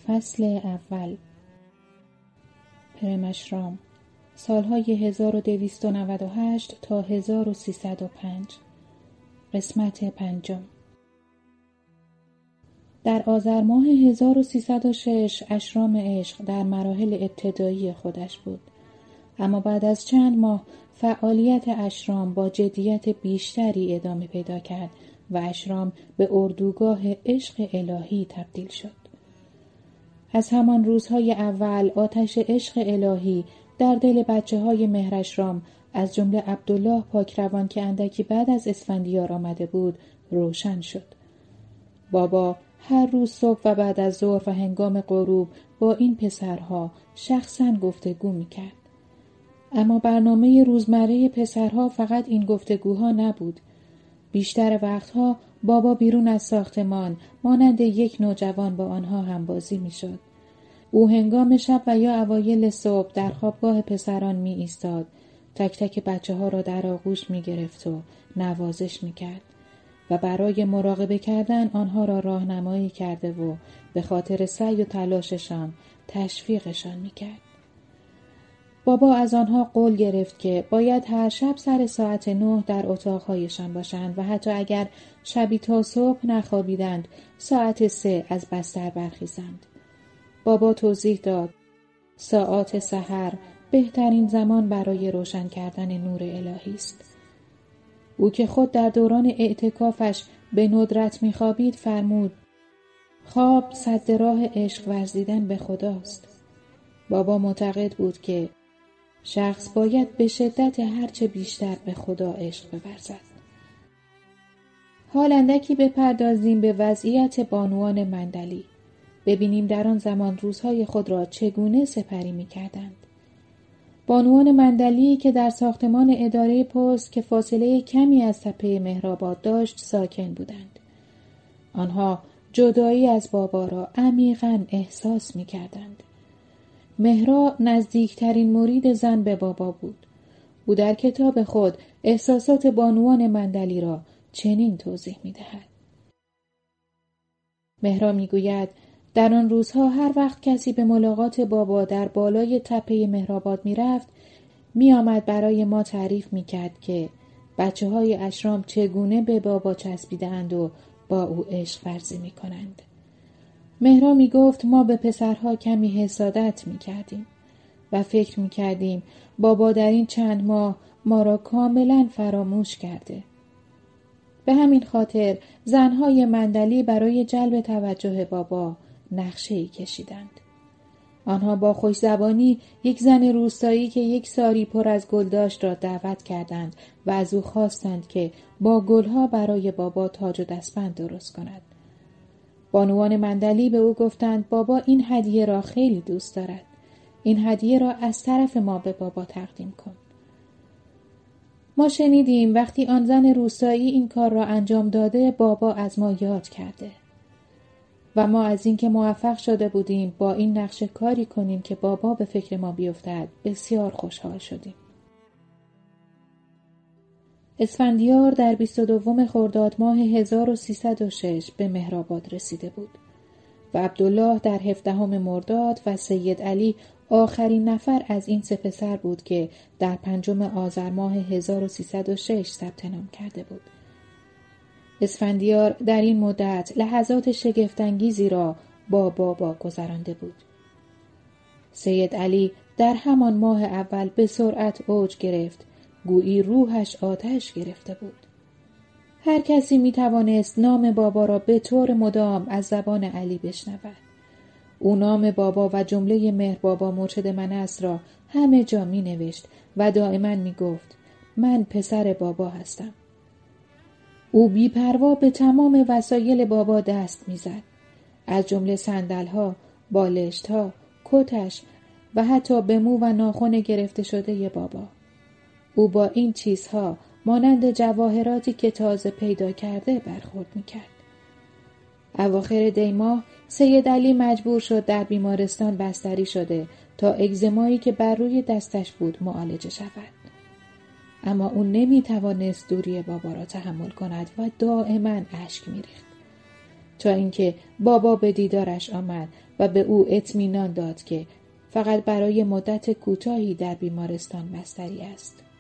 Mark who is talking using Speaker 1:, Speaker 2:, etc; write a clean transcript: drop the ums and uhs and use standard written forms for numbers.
Speaker 1: فصل اول. پرمشرام، سالهای 1298 تا 1305. قسمت پنجم. در آذر ماه 1306 اشرام عشق در مراحل ابتدایی خودش بود، اما بعد از چند ماه فعالیت اشرام با جدیت بیشتری ادامه پیدا کرد و اشرام به اردوگاه عشق الهی تبدیل شد. از همان روزهای اول آتش عشق الهی در دل بچه‌های مهراشرام از جمله عبدالله پاکروان که اندکی بعد از اسفندیار آمده بود روشن شد. بابا هر روز صبح و بعد از ظهر و هنگام غروب با این پسرها شخصاً گفتگو می‌کرد. اما برنامه روزمره پسرها فقط این گفتگوها نبود. بیشتر وقتها بابا بیرون از ساختمان مانند یک نوجوان با آنها همبازی می‌شد. او هنگام شب و یا اوایل صبح در خوابگاه پسران می ایستاد، تک تک بچه‌ها را در آغوش می گرفت و نوازش می کرد و برای مراقبه کردن آنها را راهنمایی کرده و به خاطر سعی و تلاششان تشویقشان می کرد. بابا از آنها قول گرفت که باید هر شب سر ساعت 9 در اتاقهایشان باشند و حتی اگر شبی تا صبح نخوابیدند ساعت 3 از بستر برخیزند. بابا توضیح داد ساعات سحر بهترین زمان برای روشن کردن نور الهی است. او که خود در دوران اعتکافش به ندرت می‌خوابید فرمود خواب سد راه عشق ورزیدن به خداست. بابا معتقد بود که شخص باید به شدت هرچه بیشتر به خدا عشق بورزد. حال اندکی بپردازیم به وضعیت بانوان مندلی. ببینیم در آن زمان روزهای خود را چگونه سپری می‌کردند. بانوان مندلی که در ساختمان اداره پست که فاصله کمی از تپه مهرآباد داشت ساکن بودند. آنها جدایی از بابا را عمیقاً احساس می‌کردند. مهرا نزدیکترین مرید زن به بابا بود. او در کتاب خود احساسات بانوان مندلی را چنین توضیح می‌دهد. مهرا می‌گوید در آن روزها هر وقت کسی به ملاقات بابا در بالای تپه مهرآباد می‌رفت، می‌آمد برای ما تعریف می‌کرد که بچه‌های اشرام چگونه به بابا چسبیده‌اند و با او عشق ورزی می‌کنند. مهرا می‌گفت ما به پسرها کمی حسادت می‌کردیم و فکر می‌کردیم بابا در این چند ماه ما را کاملاً فراموش کرده. به همین خاطر زن‌های مندلی برای جلب توجه بابا نقشه‌ای کشیدند. آنها با خوش‌زبانی یک زن روستایی که یک ساری پر از گل داشت را دعوت کردند و از او خواستند که با گلها برای بابا تاج و دستبند درست کند. بانوان مندلی به او گفتند بابا این هدیه را خیلی دوست دارد. این هدیه را از طرف ما به بابا تقدیم کن. ما شنیدیم وقتی آن زن روستایی این کار را انجام داده بابا از ما یاد کرده. و ما از اینکه موفق شده بودیم با این نقشه کاری کنیم که بابا به فکر ما بیفتد بسیار خوشحال شدیم. اسفندیار در 22 خرداد ماه 1306 به مهرآباد رسیده بود و عبدالله در 17 مرداد و سید علی آخرین نفر از این سه پسر بود که در 5 آذر ماه 1306 ثبت نام کرده بود. اسفندیار در این مدت لحظات شگفت‌انگیزی را با بابا گذرانده بود. سید علی در همان ماه اول به سرعت اوج گرفت، گویی روحش آتش گرفته بود. هر کسی می توانست نام بابا را به طور مدام از زبان علی بشنود. او نام بابا و جمله مهر بابا مرشد من است را همه جا می نوشت و دائما می گفت من پسر بابا هستم. او بی‌پروا به تمام وسایل بابا دست می‌زد، از جمله صندل‌ها، بالشت‌ها، کتش و حتی به مو و ناخن گرفته شده بابا. او با این چیزها مانند جواهراتی که تازه پیدا کرده برخورد می‌کرد. اواخر دی ماه سید علی مجبور شد در بیمارستان بستری شده تا اگزمایی که بر روی دستش بود معالجه شود. اما او نمی‌توانست دوری بابا را تحمل کند و دائما اشک می‌ریخت. تا اینکه بابا به دیدارش آمد و به او اطمینان داد که فقط برای مدت کوتاهی در بیمارستان بستری است.